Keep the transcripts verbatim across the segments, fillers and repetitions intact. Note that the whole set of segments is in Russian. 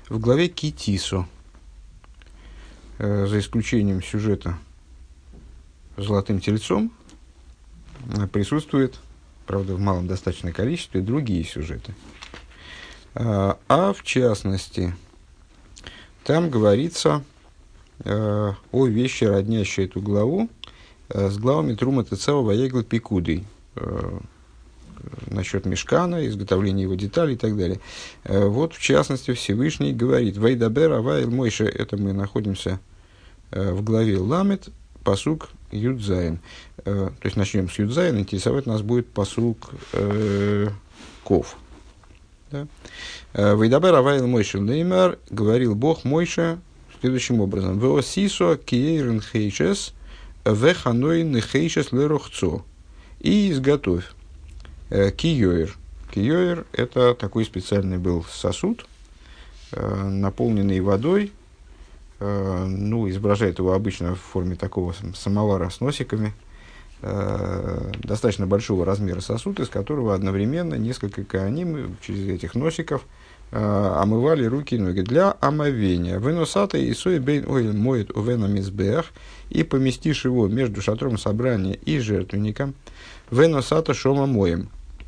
В главе Китисо, э, за исключением сюжета с золотым тельцом, э, присутствует, правда, в малом достаточном количестве, другие сюжеты. А, а в частности, там говорится э, о вещи, роднящей эту главу, э, с главами Трума Тецава Ваегл Пикудой, э, насчет мишкана, изготовления его деталей и так далее. Э, вот, в частности, Всевышний говорит: «Вейдабер авайл Мойше», это мы находимся э, в главе Ламет, пасук Юдзайн. Э, то есть, начнем с Юдзайн, интересовать нас будет пасук э, Ков. Да? «Вейдабер авайл Мойше леймар», говорил Бог Мойше следующим образом: «Веосисо киейрен хейшес веханой нехейшес лерохцо». И изготовь киёир. Киёир – это такой специальный был сосуд, э, наполненный водой. Э, ну, изображает его обычно в форме такого самовара с носиками. Э, достаточно большого размера сосуд, из которого одновременно несколько коаним через этих носиков э, омывали руки и ноги для омовения. «Выносата и сой бейн ойл моет увена мизбех», и поместишь его между шатром собрания и жертвенником. «Выносата шома моем»,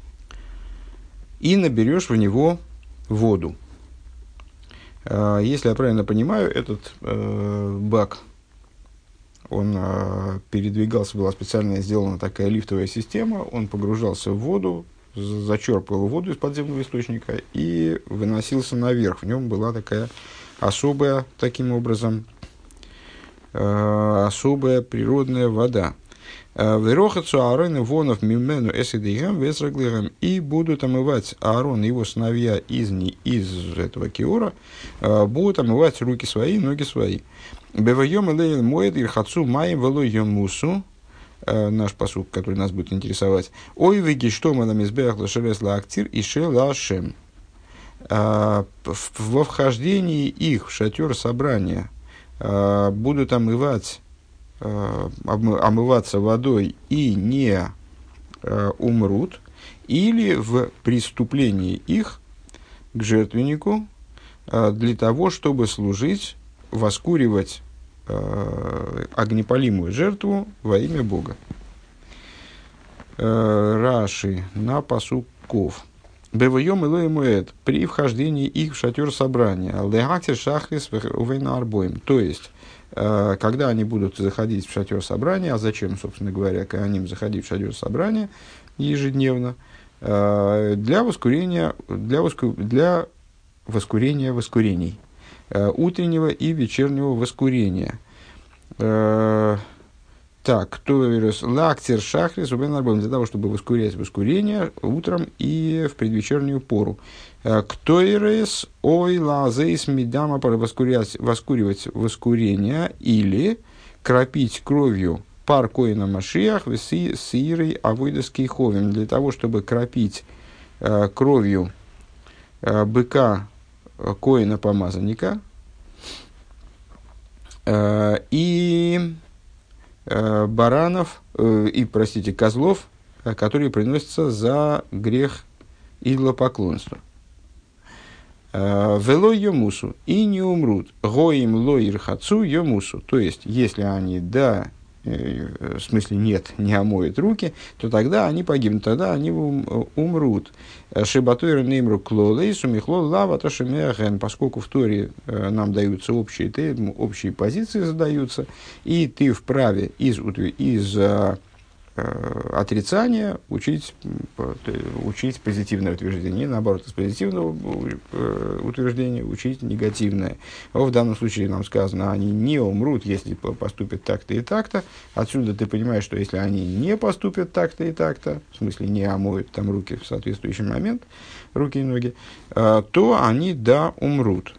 и наберешь в него воду. Если я правильно понимаю, этот э, бак, он э, передвигался, была специально сделана такая лифтовая система, он погружался в воду, зачерпывал воду из подземного источника и выносился наверх. В нем была такая особая, таким образом, э, особая природная вода. «Верохацу Аарон вонов мимену эсидейгам весраглигам», и будут омывать Аарон и его сыновья из, из этого киора, будут омывать руки свои, ноги свои. «Бевайом элейл моед ирхацу маем велой йомусу», наш пасук, который нас будет интересовать. «Ой веги что мы на мизбех лашерес лаактир и шелашем». Во вхождении их в шатер собрания будут омывать омываться водой и не э, умрут, или в преступлении их к жертвеннику э, для того, чтобы служить, воскуривать э, огнепалимую жертву во имя Бога. Э, Раши на пасук Ков. «Бевайом илой муэд», при вхождении их в шатер собрания, «легатир шахрис увейна арбоем», то есть, когда они будут заходить в шатер собрания, а зачем, собственно говоря, они заходить в шатер собрания ежедневно, для воскурения, для, воску, для воскурения воскурений, утреннего и вечернего воскурения. Так, кто вирус? Лактир шахрис убен арбом, для того, чтобы воскурять воскурение утром и в предвечернюю пору. Кто ирес ой лазейс мидама, воскурять, воскуривать воскурение или кропить кровью пар коина Машиах веси сирой авойдоский ховим, для того, чтобы кропить э, кровью э, быка коина помазанника э, и э, баранов э, и, простите, козлов, э, которые приносятся за грех идолопоклонства. Велой йомусу, и не умрут. Гоим лоир хацу йомусу. То есть, если они, да, э, в смысле нет, не омоют руки, то тогда они погибнут, тогда они ум, умрут. Шибатуэр неймру клолей сумихло лава ташемеаген, поскольку в Торе э, нам даются общие, ты, общие позиции задаются, и ты вправе из, из э, отрицания учить, учить позитивное утверждение, наоборот, из позитивного утверждения учить негативное. В данном случае нам сказано, они не умрут, если поступят так-то и так-то. Отсюда ты понимаешь, что если они не поступят так-то и так-то, в смысле не омоют там руки в соответствующий момент, руки и ноги, то они, да, умрут.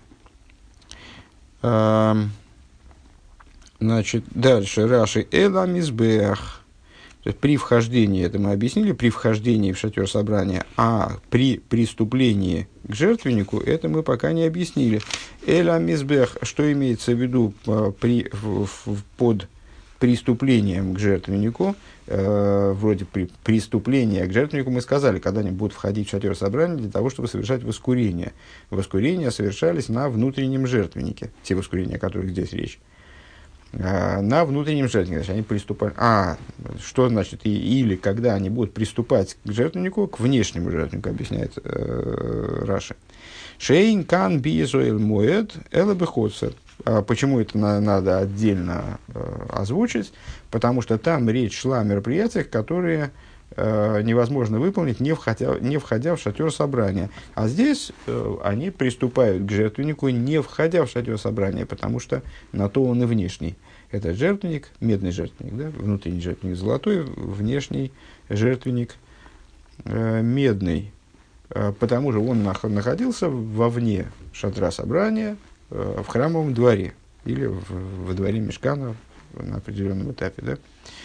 Значит, дальше Раши Эла Мизбех. То есть при вхождении, это мы объяснили, при вхождении в шатер собрания, а при приступлении к жертвеннику, это мы пока не объяснили. Эля мизбех, что имеется в виду при, в, в, под преступлением к жертвеннику, э, вроде при, преступления к жертвеннику, мы сказали, когда они будут входить в шатер собрания для того, чтобы совершать воскурение. Воскурения совершались на внутреннем жертвеннике, те воскурения, о которых здесь речь. Э, на внутреннем жертвеннике, значит, они приступают... А, что значит, и, или когда они будут приступать к жертвеннику, к внешнему жертвеннику, объясняет э, Раши. Шейн кан биезоэль моэд элэбэхоцер. Почему это на, надо отдельно э, озвучить? Потому что там речь шла о мероприятиях, которые э, невозможно выполнить, не входя, не входя в шатер собрания. А здесь э, они приступают к жертвеннику, не входя в шатер собрания, потому что на то он и внешний. Это жертвенник, медный жертвенник, да? Внутренний жертвенник золотой, внешний жертвенник э, медный. Э, потому что он нах- находился вовне шатра собрания, в храмовом дворе или в, во дворе мишкана на определенном этапе, да?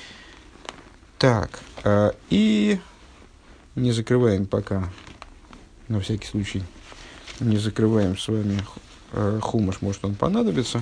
Так, э, и не закрываем пока, на всякий случай, не закрываем с вами э, хумаш, может он понадобится,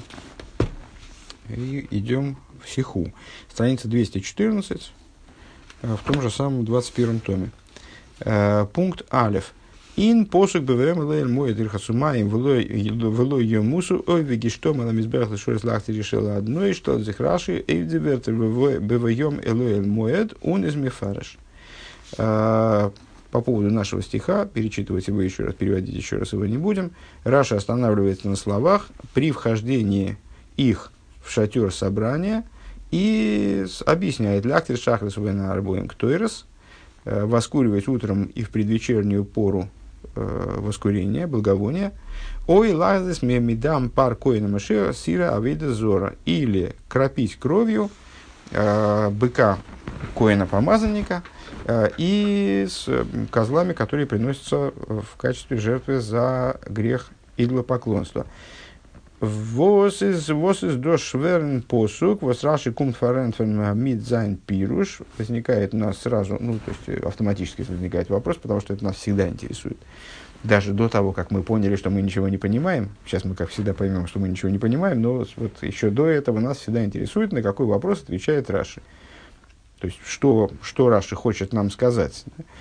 и идем в сиху. Страница двести четырнадцать, э, в том же самом двадцать первом томе. Э, пункт алеф. Ин посук бвм лэль моет ирхасумаем влой йомусу ой вегиштом алам изберх лишорис лахти решила одно и что зихраши эйдзивертер бвм элоэль моет он из мифараш. По поводу нашего стиха, перечитывать его еще раз, переводить еще раз его не будем. Раша останавливается на словах при вхождении их в шатер собрания и объясняет лахти шахрис вена арбоем ктойрес, воскуривать утром и в предвечернюю пору воскурения, благовония, ой лазис мемидам пар коина машея сира авида зора, или кропить кровью э, быка коина помазанника э, и с козлами, которые приносятся в качестве жертвы за грех идолопоклонства. Вос из вос из до шверн посук, вос раши кумт фарентфен мидзайн пируш. Возникает у нас сразу, ну, то есть автоматически возникает вопрос, потому что это нас всегда интересует. Даже до того, как мы поняли, что мы ничего не понимаем, сейчас мы, как всегда, поймем, что мы ничего не понимаем, но вот еще до этого нас всегда интересует, на какой вопрос отвечает Раши. То есть, что, что Раши хочет нам сказать.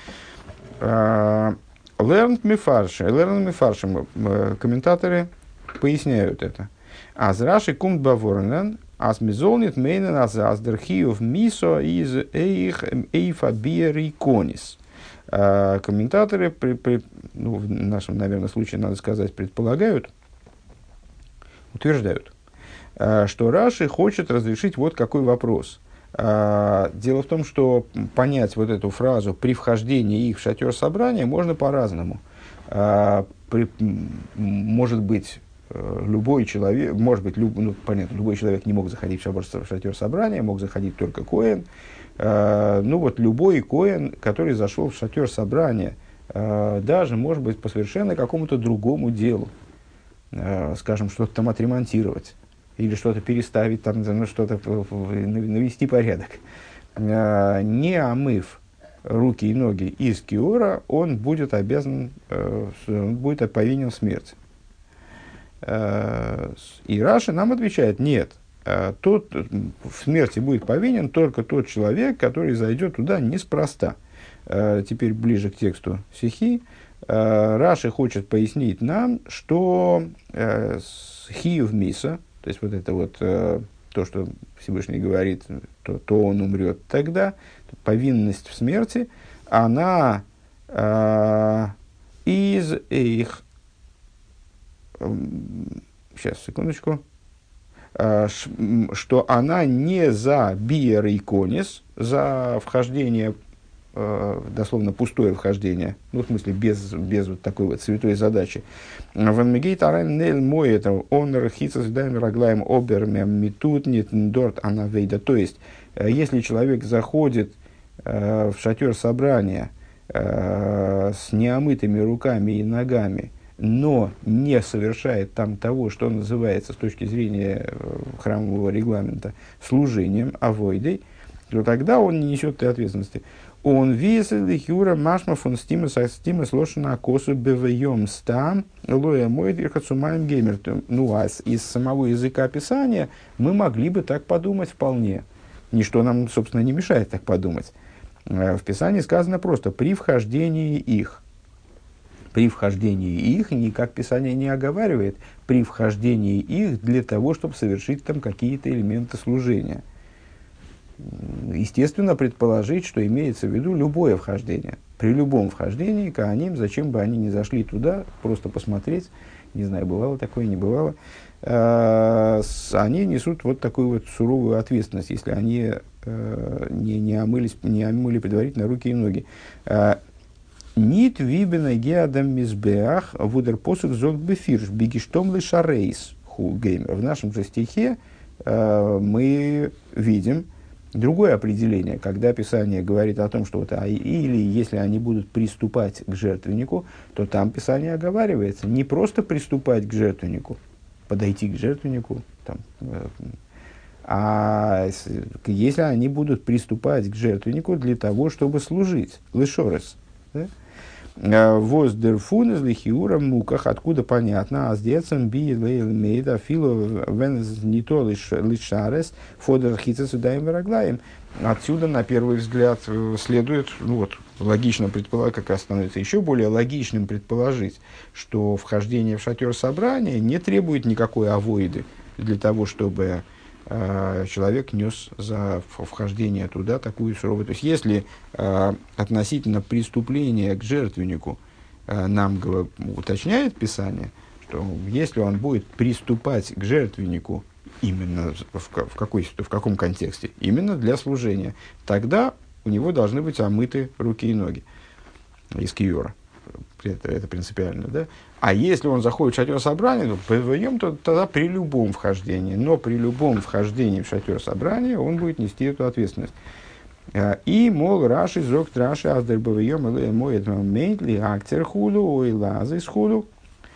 Лернт мифарши, лернт мифарши, комментаторы поясняют это. Аз Раши кумт баворнен, аз мизолнит мейнен аз аздерхиев мисо из эйх эйфа биери конис. Комментаторы, при, при, ну, в нашем, наверное, случае, надо сказать, предполагают, утверждают, что Раши хочет разрешить вот какой вопрос. Дело в том, что понять вот эту фразу «при вхождении их в шатер собрания» можно по-разному. При, может быть, любой человек, может быть, люб, ну, понятно, любой человек не мог заходить в шатер собрания, мог заходить только коэн. Uh, ну вот любой коэн, который зашел в шатер собрания, uh, даже, может быть, по совершенно какому-то другому делу, uh, скажем, что-то там отремонтировать, или что-то переставить, там, ну, что-то навести порядок, uh, не омыв руки и ноги из киора, он будет обязан, uh, он будет повинен в смерти. Uh, и Раши нам отвечает: нет. Тот в смерти будет повинен только тот человек, который зайдет туда неспроста. Теперь ближе к тексту сихи. Раши хочет пояснить нам, что хиюв миса, то есть вот это вот то, что Всевышний говорит, то, то он умрет тогда, повинность в смерти, она из их... Сейчас, секундочку. Что она не за биер и конис, за вхождение, дословно пустое вхождение, ну, в смысле, без, без вот такой вот святой задачи. Ванмегейт арен нель мой, это он рахица с дайм раглаем обермем митут нет дорт анавейда. То есть, если человек заходит в шатер собрания с неомытыми руками и ногами, но не совершает там того, что называется с точки зрения храмового регламента служением, авойдой, то тогда он не несет этой ответственности. Он весел юра машма фон стимас стимас лошана косу бевьем стам лоя мой геймер. Ну а из самого языка описания мы могли бы так подумать вполне, ничто нам, собственно, не мешает так подумать. В Писании сказано просто «при вхождении их». При вхождении их, никак Писание не оговаривает, при вхождении их для того, чтобы совершить там какие-то элементы служения. Естественно, предположить, что имеется в виду любое вхождение. При любом вхождении коаним, зачем бы они ни зашли туда, просто посмотреть, не знаю, бывало такое, не бывало, э, с, они несут вот такую вот суровую ответственность, если они э, не, не, омылись, не омыли предварительно руки и ноги. Нит вибена геадам мизбеах вудер посук зог бефирш бигиштом лишарейс хулгеймер. В нашем же стихе э, мы видим другое определение, когда Писание говорит о том, что вот, а, или если они будут приступать к жертвеннику, то там Писание оговаривается не просто приступать к жертвеннику, подойти к жертвеннику, там, э, а с, если они будут приступать к жертвеннику для того, чтобы служить, лишорес, да? Воздерфун из лихиура муках, откуда понятно, а с децем би лейл мейда фило венез не то лишь лишарес фодер хитцес удаем враглаем. Отсюда, на первый взгляд, следует, ну вот, логично предположить, как раз становится еще более логичным предположить, что вхождение в шатер собрания не требует никакой авоиды для того, чтобы э, человек нес за вхождение туда такую суровую. То есть, если э, относительно преступления к жертвеннику э, нам говор, уточняет Писание, что если он будет приступать к жертвеннику именно в, в, какой, в каком контексте? Именно для служения. Тогда у него должны быть омыты руки и ноги из киора. Это, это принципиально, да? А если он заходит в шатер собрания, то, ПВМ, то тогда при любом вхождении, но при любом вхождении в шатер собрания он будет нести эту ответственность. И, мол, Раши, зок, Раши, аздер БВМ, или мой мейтли, актер худу, ой, лазы с худу.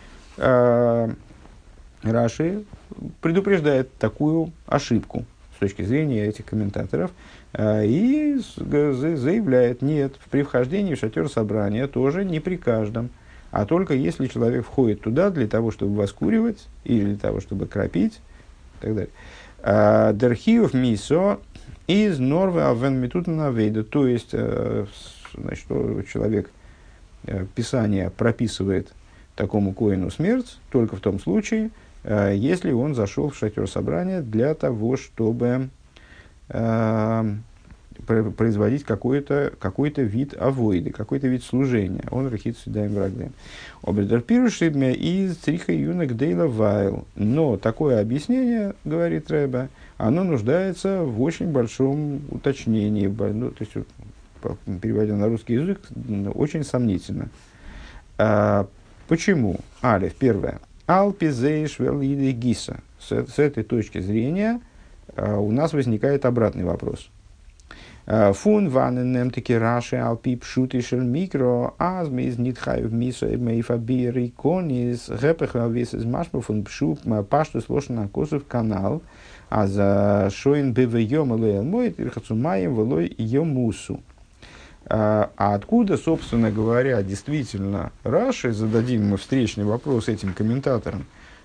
Раши предупреждает такую ошибку с точки зрения этих комментаторов и заявляет, нет, при вхождении в шатер собрания тоже не при каждом, а только если человек входит туда для того, чтобы воскуривать или для того, чтобы кропить и так далее. Дерхиев мисо из норвы авен метутна вейда, то есть, значит, человек, Писание прописывает такому коину смерть только в том случае, если он зашел в шатер собрания для того, чтобы э, производить какой-то, какой-то вид авойды, какой-то вид служения. Он рахит сюдаем враглем. Обредер пирушибме из триха юнок дейла вайл. Но такое объяснение, говорит Рэбе, оно нуждается в очень большом уточнении. Ну, то есть, переводя на русский язык, очень сомнительно. А, почему? Алиф, первое. Алпизейш велиды гиса. С этой точки зрения uh, у нас возникает обратный вопрос. Фун ванненем таки раши алпи пшутишел микро азмиз нитхайв мисо мейфабир иконис гэпэхавис из машпа фун пшу пашту сложно косов канал а за шоин бивэйом элээл мой тирхацумаем велой йомусу. А откуда, собственно говоря, действительно Раши, зададим мы встречный вопрос этим комментаторам,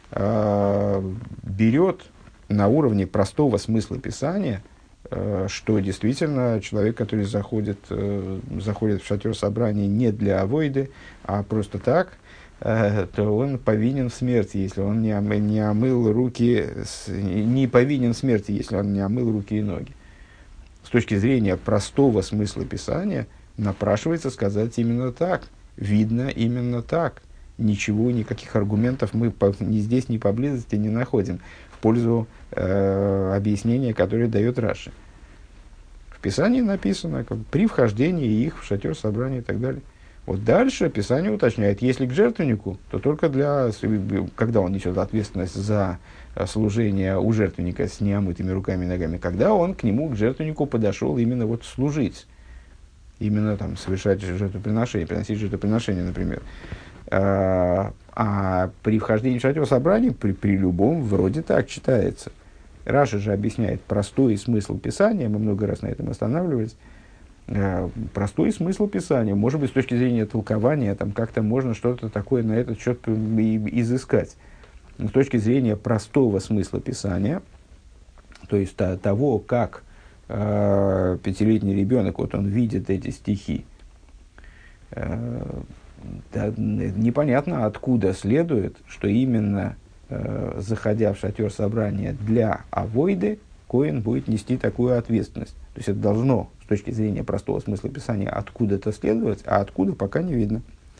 берет на уровне простого смысла Писания, что действительно человек, который заходит, заходит в шатер собрания не для авойды, а просто так, то он повинен в смерти, если он не омыл, не омыл руки, не повинен в смерти, если он не омыл руки и ноги. С точки зрения простого смысла Писания напрашивается сказать именно так. Видно именно так. Ничего, никаких аргументов мы по, ни здесь, ни поблизости не находим в пользу э, объяснения, которое дает Раши. В Писании написано, как, при вхождении их в шатер собрания и так далее. Вот дальше Писание уточняет, если к жертвеннику, то только для, когда он несет ответственность за служение у жертвенника с неомытыми руками и ногами, когда он к нему, к жертвеннику, подошел именно вот служить, именно там совершать жертвоприношение, приносить жертвоприношение, например. А, а при вхождении в шатер собрания, при, при любом, вроде так читается. Раши же объясняет простой смысл Писания, мы много раз на этом останавливались. Простой смысл Писания, может быть, с точки зрения толкования, там как-то можно что-то такое на этот счет изыскать. Но с точки зрения простого смысла Писания, то есть того, как э, пятилетний ребенок, вот он видит эти стихи, э, да, непонятно, откуда следует, что именно э, заходя в шатер собрания для авойды, коэн будет нести такую ответственность. То есть это должно, с точки зрения простого смысла Писания, откуда-то следовать, а откуда пока не видно.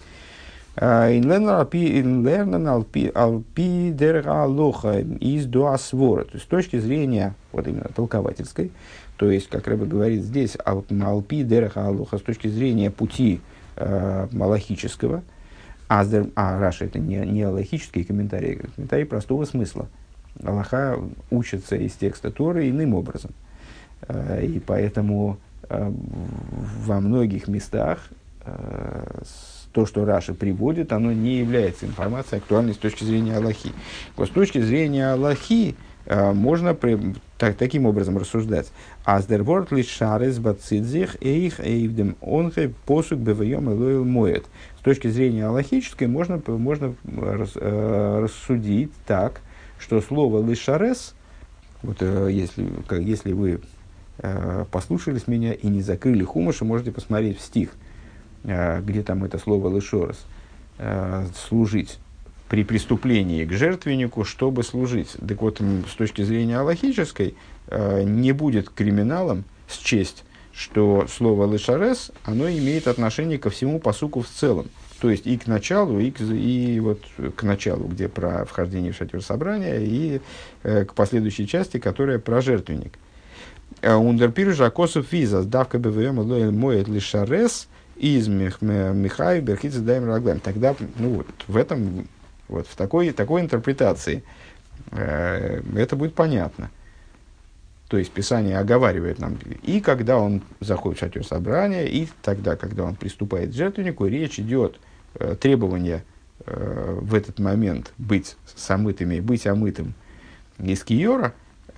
Инлернен алпи дерга лоха из дуасвора. То есть с точки зрения вот именно толковательской, то есть, как Рэбе говорит здесь, алпи дерга лоха, с точки зрения пути э, малахического, а, а Раша это не, не аллахические комментарии, а комментарии простого смысла. Аллаха учится из текста Торы иным образом. Э, и поэтому э, во многих местах э, то, что Раши приводит, оно не является информацией актуальной с точки зрения Аллахи. Вот с точки зрения Аллахи э, можно при, так, таким образом рассуждать. Аздерворт лишь шарес бацидзих эйх эйвдем онхе посук бевайом элоэл моет. С точки зрения аллахической можно, можно рас, э, рассудить так, что слово лишарес, вот э, если, как, если вы э, послушались меня и не закрыли хумаш, можете посмотреть в стих, где там это слово «лешорес», служить при преступлении к жертвеннику, чтобы служить. Так вот, с точки зрения аллахической, не будет криминалом счесть, что слово «лешорес», оно имеет отношение ко всему пасуку в целом. То есть и к началу, и, к, и вот к началу, где про вхождение в шатер собрания, и к последующей части, которая про жертвенник. «Ундерпир жакосов виза, давка бвм лоэль моет лешорес», из Михай Берхица Дайм Раглайм. Тогда, ну вот, в этом, вот, в такой, такой интерпретации э, это будет понятно. То есть Писание оговаривает нам, и когда он заходит в шатер собрания, и тогда, когда он приступает к жертвеннику, речь идет э, требование э, в этот момент быть самытыми, быть омытым из киора,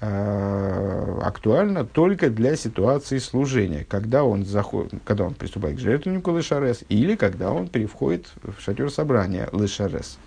актуально только для ситуации служения, когда он, заходит, когда он приступает к жертвеннику лешарес, или когда он переходит в шатер собрания лешарес.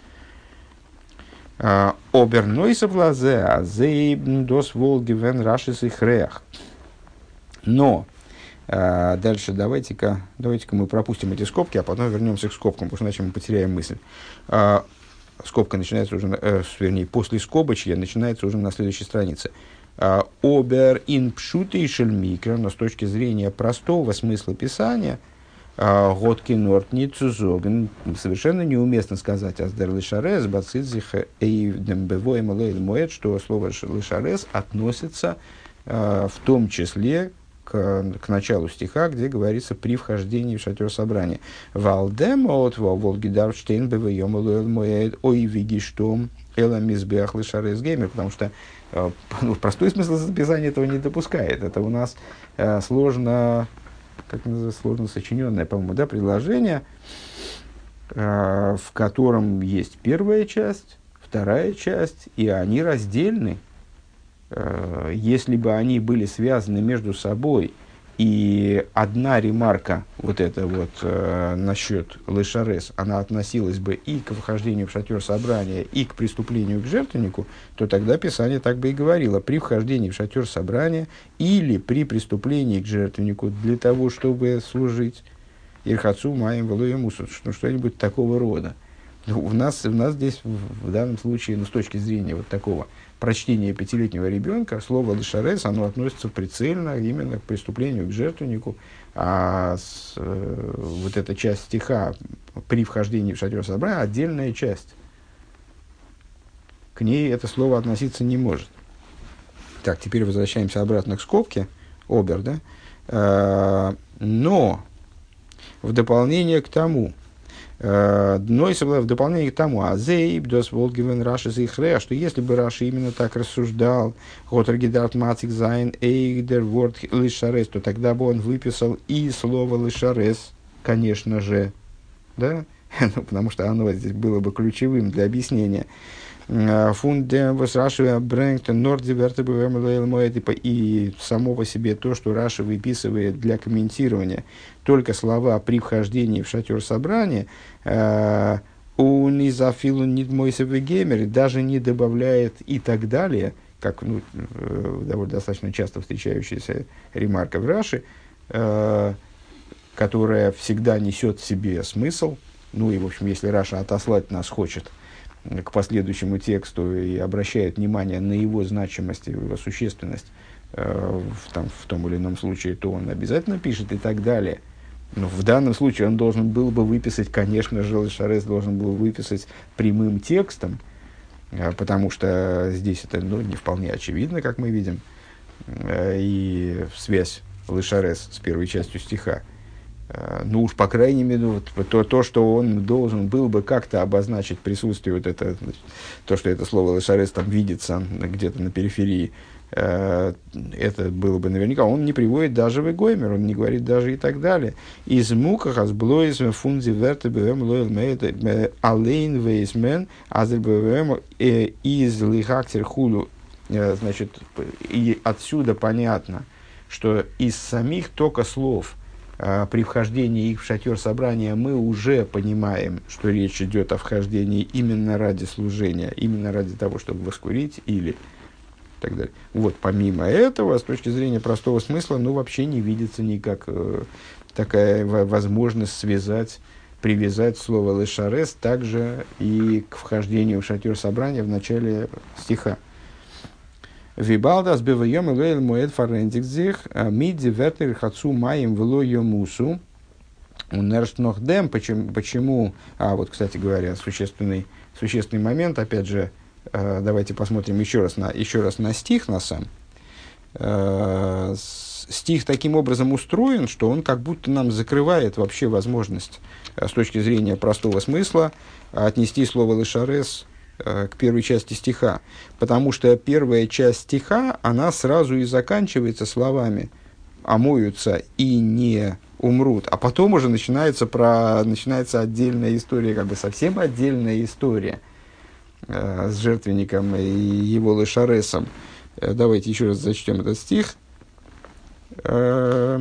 Обернойся в лазе, а зейбн дос волгивен рашис и хрех. Но дальше давайте-ка, давайте-ка мы пропустим эти скобки, а потом вернемся к скобкам, потому что иначе мы потеряем мысль. Скобка начинается уже, э, вернее, после скобочки начинается уже на следующей странице. Обер ин пшуты и шельмикро, но с точки зрения простого смысла Писания, годки норт не цузоген, совершенно неуместно сказать аздер лишарес, бацидзих и дембевой малейль моет, что слово лишарес относится э, в том числе К, к началу стиха, где говорится при вхождении в шатер собрания. Валдем от Волгидарштейн бевайом элоэль ой вигиштом эламизбех лишарес геймер, потому что э, ну, простой смысл записания этого не допускает. Это у нас э, сложно, как называется, сложно сочиненное, по-моему, да, предложение, э, в котором есть первая часть, вторая часть, и они раздельны. Если бы они были связаны между собой, и одна ремарка, вот эта вот э, насчет лешарес, она относилась бы и к вхождению в шатер собрания, и к преступлению к жертвеннику, то тогда Писание так бы и говорило: при вхождении в шатер собрания или при преступлении к жертвеннику для того, чтобы служить ирхацу маем валуемусу, ну, что-нибудь такого рода. У нас, у нас здесь в, в данном случае, ну, с точки зрения вот такого прочтения пятилетнего ребенка, слово «лешарес», оно относится прицельно именно к преступлению, к жертвеннику, а с, э, вот эта часть стиха при вхождении в шатер собрания — отдельная часть. К ней это слово относиться не может. Так, теперь возвращаемся обратно к скобке, обер, да? Э, но в дополнение к тому, Но в дополнение к тому, азейб дос волгивен раши зихре, что если бы Раши именно так рассуждал, готергидарт мацик зайн эйгдер ворд лишарес, то тогда бы он выписал и слово лишарес, конечно же, да, ну, потому что оно здесь было бы ключевым для объяснения. Фунде вас Раши брэнгтон нордзиверты и само по себе то, что Раши выписывает для комментирования только слова при вхождении в шатер собрания, у низафилу нит мойсевый геймер даже не добавляет и так далее, как ну, довольно достаточно часто встречающаяся ремарка в Раши, э, которая всегда несет в себе смысл. Ну и, в общем, если Раша отослать нас хочет к последующему тексту и обращает внимание на его значимость, его существенность э, в, там, в том или ином случае, то он обязательно пишет и так далее. Но в данном случае он должен был бы выписать, конечно же, Лешарес должен был выписать прямым текстом, э, потому что здесь это ну, не вполне очевидно, как мы видим, э, и связь Лешарес с первой частью стиха. Ну уж, по крайней мере, вот, то, то, что он должен был бы как-то обозначить присутствие, вот это, значит, то, что это слово «лешарес» там видится где-то на периферии, э, это было бы наверняка. Он не приводит даже в Гоймер, он не говорит даже и так далее. «Из муках азблоис фунзи верте бвм лойл мейт алейн вейсмен азель бвм из лихактер хулу». Значит, и отсюда понятно, что из самих только слов при вхождении их в шатер собрания мы уже понимаем, что речь идет о вхождении именно ради служения, именно ради того, чтобы воскурить или так далее. Вот, помимо этого, с точки зрения простого смысла, ну, вообще не видится никак э, такая возможность связать, привязать слово «лешарес» также и к вхождению в шатер собрания в начале стиха. Вибалдас бевайом элоэль моэд фарендик зих мидзи вертер хацу маем вло йомусу. Унершт нохдем. Почему, почему? А вот, кстати говоря, существенный, существенный момент. Опять же, э, давайте посмотрим еще раз на, еще раз на стих на сам. Э, стих таким образом устроен, что он как будто нам закрывает вообще возможность э, с точки зрения простого смысла отнести слово «лешарес» к первой части стиха, потому что первая часть стиха, она сразу и заканчивается словами «омоются и не умрут», а потом уже начинается, про, начинается отдельная история, как бы совсем отдельная история э, с жертвенником и его лешаресом. Э, давайте еще раз зачтем этот стих. Э,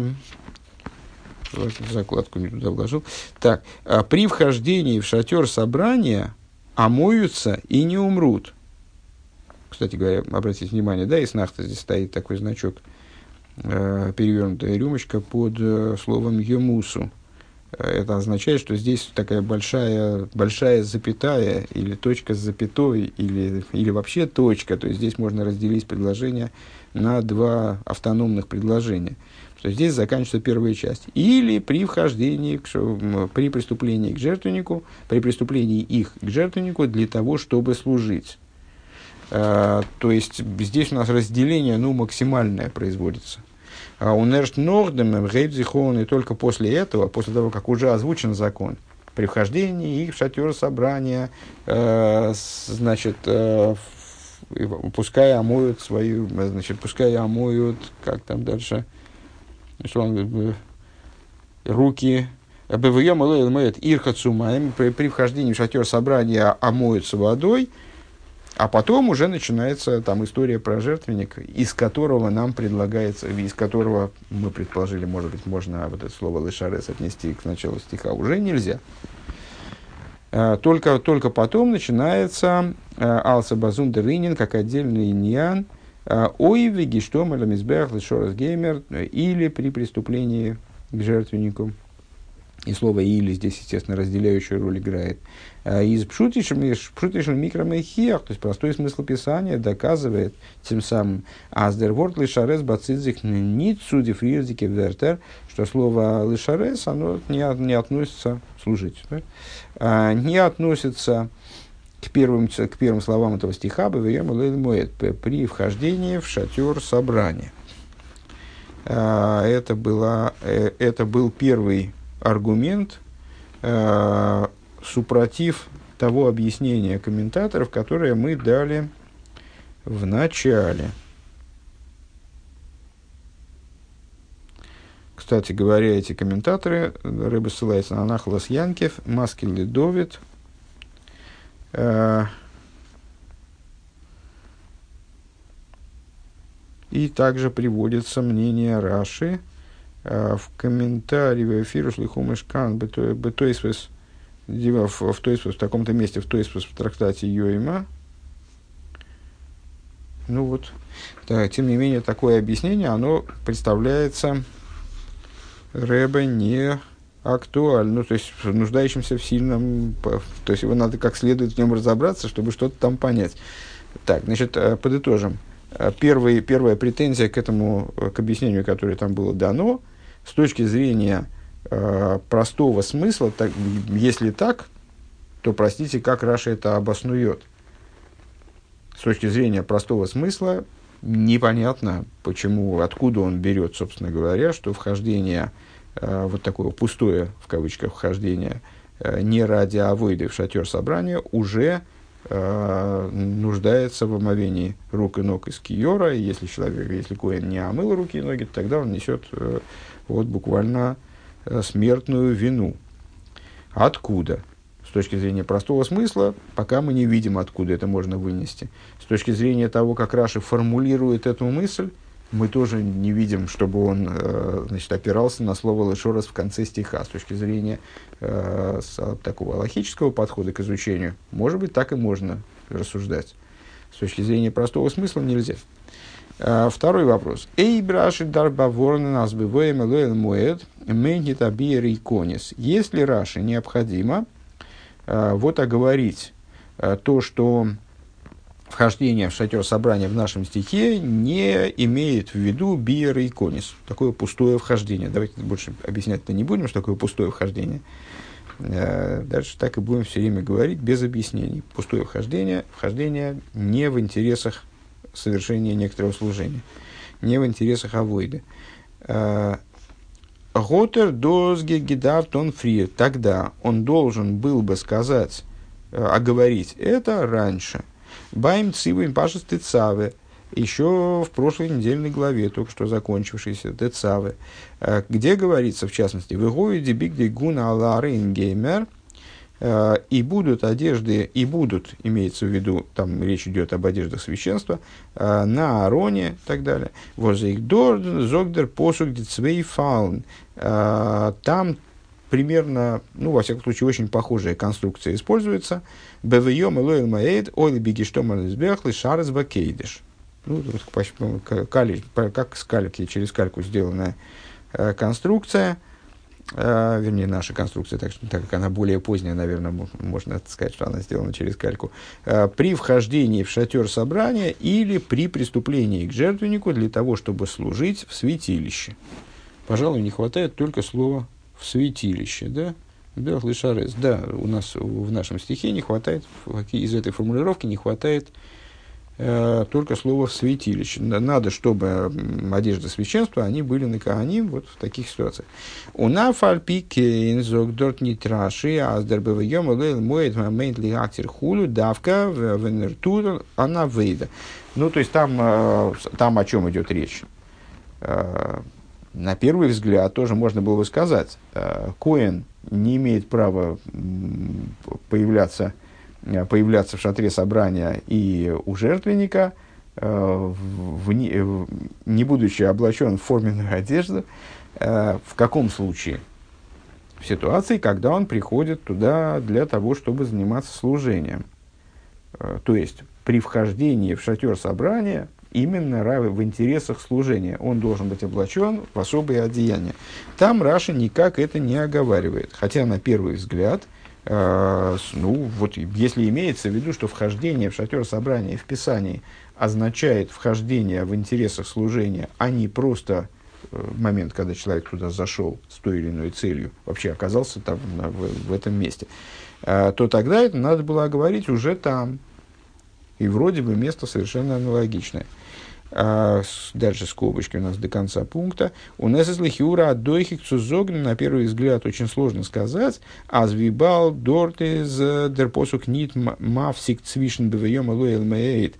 закладку не туда вложил. Так, «При вхождении в шатер собрания омоются и не умрут». Кстати говоря, обратите внимание, да, из нахта здесь стоит такой значок, э, перевернутая рюмочка под э, словом «емусу». Это означает, что здесь такая большая, большая запятая, или точка с запятой, или, или вообще точка. То есть здесь можно разделить предложение на два автономных предложения. Что здесь заканчивается первая часть. Или при вхождении, к, при преступлении к жертвеннику, при преступлении их к жертвеннику для того, чтобы служить. А, то есть здесь у нас разделение ну, максимальное производится. А у Нершт Нордем, Гейбзихон, и только после этого, после того, как уже озвучен закон, при вхождении их в шатер собрания, э, значит, э, пускай омоют свою, значит, пускай омоют, как там дальше, что он говорит, руки, при, при вхождении в шатер собрания омоются водой, а потом уже начинается там история про жертвенник, из которого нам предлагается, из которого мы предположили, может быть, можно вот это слово «лешарес» отнести к началу стиха, уже нельзя. Только, только потом начинается «алса базун деринин» как отдельный иньян, «ой веги штом эла мизбех лешорес геймер» или при преступлении к жертвеннику. И слово «или» здесь, естественно, разделяющую роль играет. Из пшутишем микромехиях, то есть простой смысл Писания, доказывает тем самым «аздерворт лишарес бацидзих нит суди фриерзике вертер», что слово «лишарес» оно не, не относится, служить, да? а, не относится к первым, к первым словам этого стиха при вхождении в шатер собрания. А, это, была, это был первый аргумент, э, супротив того объяснения комментаторов, которое мы дали в начале. Кстати говоря, эти комментаторы, Ребе ссылается на Нахлас Янкев, Маскель Ледовит, э, и также приводится мнение Раши в комментарии в эфиру Шлихумешкан Бетойсвес в, в таком-то месте в Тойсвес в трактате Йоима Ну вот, да, тем не менее, такое объяснение, оно представляется Ребе не актуально, ну, то есть нуждающимся в сильном, то есть его надо как следует в нем разобраться, чтобы что-то там понять. Так, значит, подытожим. Первый, первая претензия к этому, к объяснению, которое там было дано, с точки зрения э, простого смысла, так, если так, то, простите, как Раша это обоснует. С точки зрения простого смысла непонятно, почему, откуда он берет, собственно говоря, что вхождение, э, вот такое пустое, в кавычках, вхождение э, не ради авойды в шатер собрания уже э, нуждается в омовении рук и ног из киора. И если человек, если коэн не омыл руки и ноги, тогда он несет э, вот, буквально э, смертную вину. Откуда? С точки зрения простого смысла, пока мы не видим, откуда это можно вынести. С точки зрения того, как Раши формулирует эту мысль, мы тоже не видим, чтобы он э, значит, опирался на слово «лешорос» в конце стиха. С точки зрения э, с, такого логического подхода к изучению, может быть, так и можно рассуждать. С точки зрения простого смысла нельзя. Uh, второй вопрос. Эй, браши дарбаворны нас бываем элоэл муэд мэнхит абиер и конис. Если Раши необходимо uh, вот оговорить uh, то, что вхождение в шатер собрания в нашем стихе не имеет в виду биер и конис. Такое пустое вхождение. Давайте больше объяснять-то не будем, что такое пустое вхождение. Uh, дальше так и будем все время говорить без объяснений. Пустое вхождение, вхождение не в интересах совершения некоторого служения, не в интересах авойды. Готер дозге гидав тон фри. Тогда он должен был бы сказать, оговорить это раньше. Байм цивым пашес тецавы. Еще в прошлой недельной главе, только что закончившейся, тецавы, где говорится, в частности, «Вегоиди бигдей гуна алары ингеймер». И будут одежды, и будут, имеется в виду, там речь идет об одеждах священства, на Аароне и так далее. Возейхдор, зогдер, посук, дицвей, фаун. Там примерно, ну, во всяком случае, очень похожая конструкция используется. Бевейом элоэл маэйд, ойли бигиштом ализбехлы, шарес бакейдеш. Ну, как с кальки, через кальку сделанная конструкция. Uh, вернее, наша конструкция, так, так как она более поздняя, наверное, можно сказать, что она сделана через кальку, uh, при вхождении в шатер собрания или при приступлении к жертвеннику для того, чтобы служить в святилище. Пожалуй, не хватает только слова «в святилище», да? Бех лишарес. Да, у нас в нашем стихе не хватает, из этой формулировки не хватает только слово «в святилище». Надо, чтобы одежды священства, они были на Коаним вот в таких ситуациях. У нафальпи кейн зогдорт нитраши аздербевы йом элэл моет момент ли актер хулю давка венертур анавейда. Ну, то есть, там, там о чем идет речь? На первый взгляд тоже можно было бы сказать, коэн не имеет права появляться появляться в шатре собрания и у жертвенника, э, в, не, в, не будучи облачен в форменную одежду, э, в каком случае? В ситуации, когда он приходит туда для того, чтобы заниматься служением. Э, то есть, при вхождении в шатер собрания, именно в интересах служения, он должен быть облачен в особые одеяния. Там Раша никак это не оговаривает. Хотя, на первый взгляд, ну, вот если имеется в виду, что вхождение в шатер собрания в Писании означает вхождение в интересах служения, а не просто момент, когда человек туда зашел с той или иной целью, вообще оказался там, в, в этом месте, то тогда это надо было говорить уже там. И вроде бы место совершенно аналогичное. А, дальше скобочки у нас до конца пункта. У нас из лихиура от дойхик цузогн, на первый взгляд очень сложно сказать. Азвибал дорт из дерпосук нит мавсик цвишн бевеем элоэл меэйд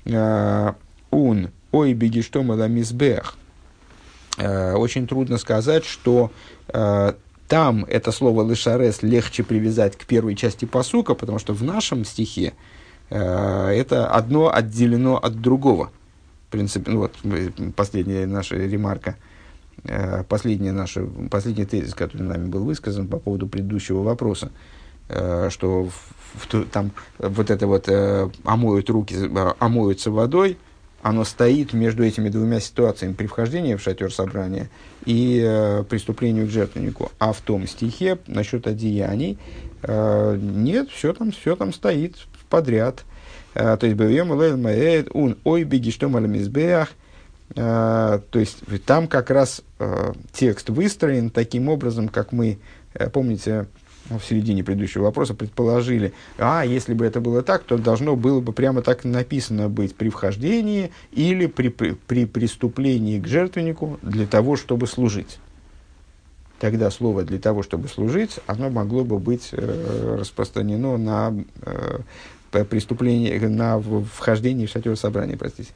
ун ой беги что маламисбех. Очень трудно сказать, что а, там это слово лешарес легче привязать к первой части пасука, потому что в нашем стихе а, это одно отделено от другого. В принципе, ну вот последняя наша ремарка, э, последняя наша, последний тезис, который нами был высказан по поводу предыдущего вопроса, э, что в, в, там вот это вот э, омоют руки, э, омоются водой, оно стоит между этими двумя ситуациями при вхождении в шатер собрания и э, преступлению к жертвеннику. А в том стихе насчет одеяний э, нет, все там, все там стоит подряд. Э, то есть бевьем элэл маэд ун ой беги что малямизбеах. То есть там как раз э, текст выстроен таким образом, как мы, э, помните, в середине предыдущего вопроса предположили, а если бы это было так, то должно было бы прямо так написано быть при вхождении или при, при, при преступлении к жертвеннику для того, чтобы служить. Тогда слово «для того, чтобы служить», оно могло бы быть э, распространено на э, преступление, на вхождение в шатер собрания, простите.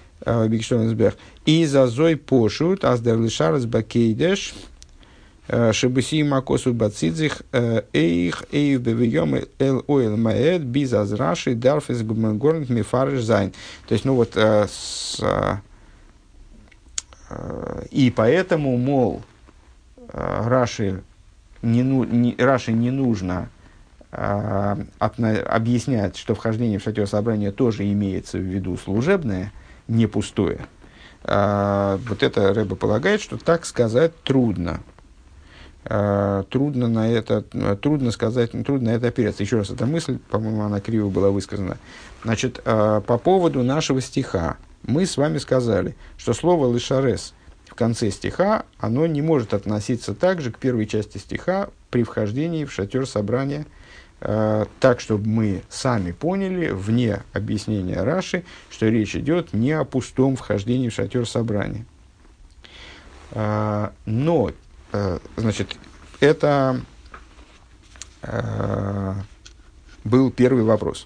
И за зой пошут, аз дерлишарас бакейдеш, шебуси макосу бацидзих, эйх, эйх, бевьем, эл ойл маэд, биз азраши, дарфис гумгорнт мифариш зайн. То есть, ну вот, с, и поэтому, мол, Раши не, не, Раши не нужно а, отна, объяснять, что вхождение в шатер собрания тоже имеется в виду служебное, не пустое. А, вот это Ребе полагает, что так сказать трудно. А, трудно на это, трудно сказать, трудно на это опереться. Еще раз, эта мысль, по-моему, она криво была высказана. Значит, а, по поводу нашего стиха. Мы с вами сказали, что слово «лишарес» в конце стиха, оно не может относиться также к первой части стиха при вхождении в шатер собрания, так, чтобы мы сами поняли, вне объяснения Раши, что речь идет не о пустом вхождении в шатер собрания. Но, значит, это был первый вопрос.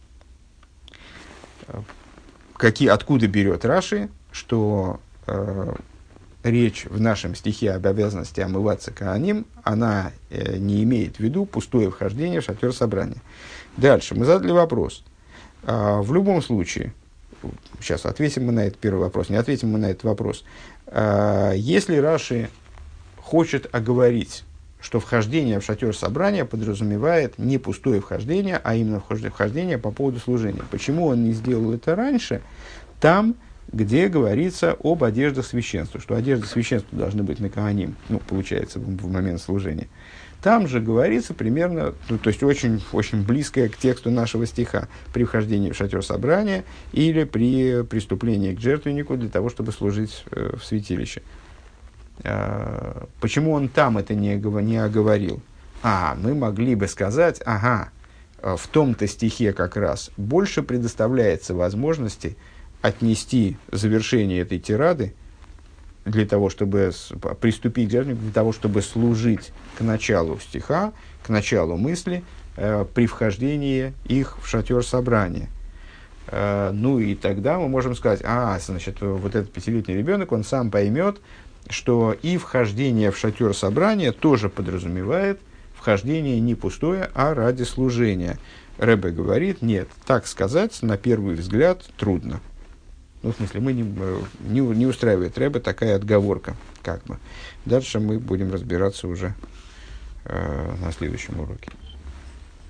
Какие, откуда берет Раши, что речь в нашем стихе об обязанности омываться коаним, она э, не имеет в виду пустое вхождение в шатер собрания. Дальше мы задали вопрос. А, в любом случае, сейчас ответим мы на этот первый вопрос, не ответим мы на этот вопрос. А, если Раши хочет оговорить, что вхождение в шатер собрания подразумевает не пустое вхождение, а именно вхождение по поводу служения. Почему он не сделал это раньше? Там, где говорится об одеждах священства, что одежды священства должны быть на коаним, ну, получается, в, в момент служения. Там же говорится примерно, ну, то есть очень, очень близкое к тексту нашего стиха, при вхождении в шатер собрания или при преступлении к жертвеннику для того, чтобы служить э, в святилище. А, почему он там это не, не оговорил? А, мы могли бы сказать, ага, в том-то стихе как раз больше предоставляется возможности отнести завершение этой тирады для того, чтобы приступить к жертвеннику, для того, чтобы служить к началу стиха, к началу мысли, э, при вхождении их в шатер собрания. Э, ну и тогда мы можем сказать, а, значит, вот этот пятилетний ребенок, он сам поймет, что и вхождение в шатер собрания тоже подразумевает вхождение не пустое, а ради служения. Ребе говорит, нет, так сказать, на первый взгляд, трудно. Ну, в смысле, мы не, не, не устраивает Ребе такая отговорка, как бы. Дальше мы будем разбираться уже э, на следующем уроке.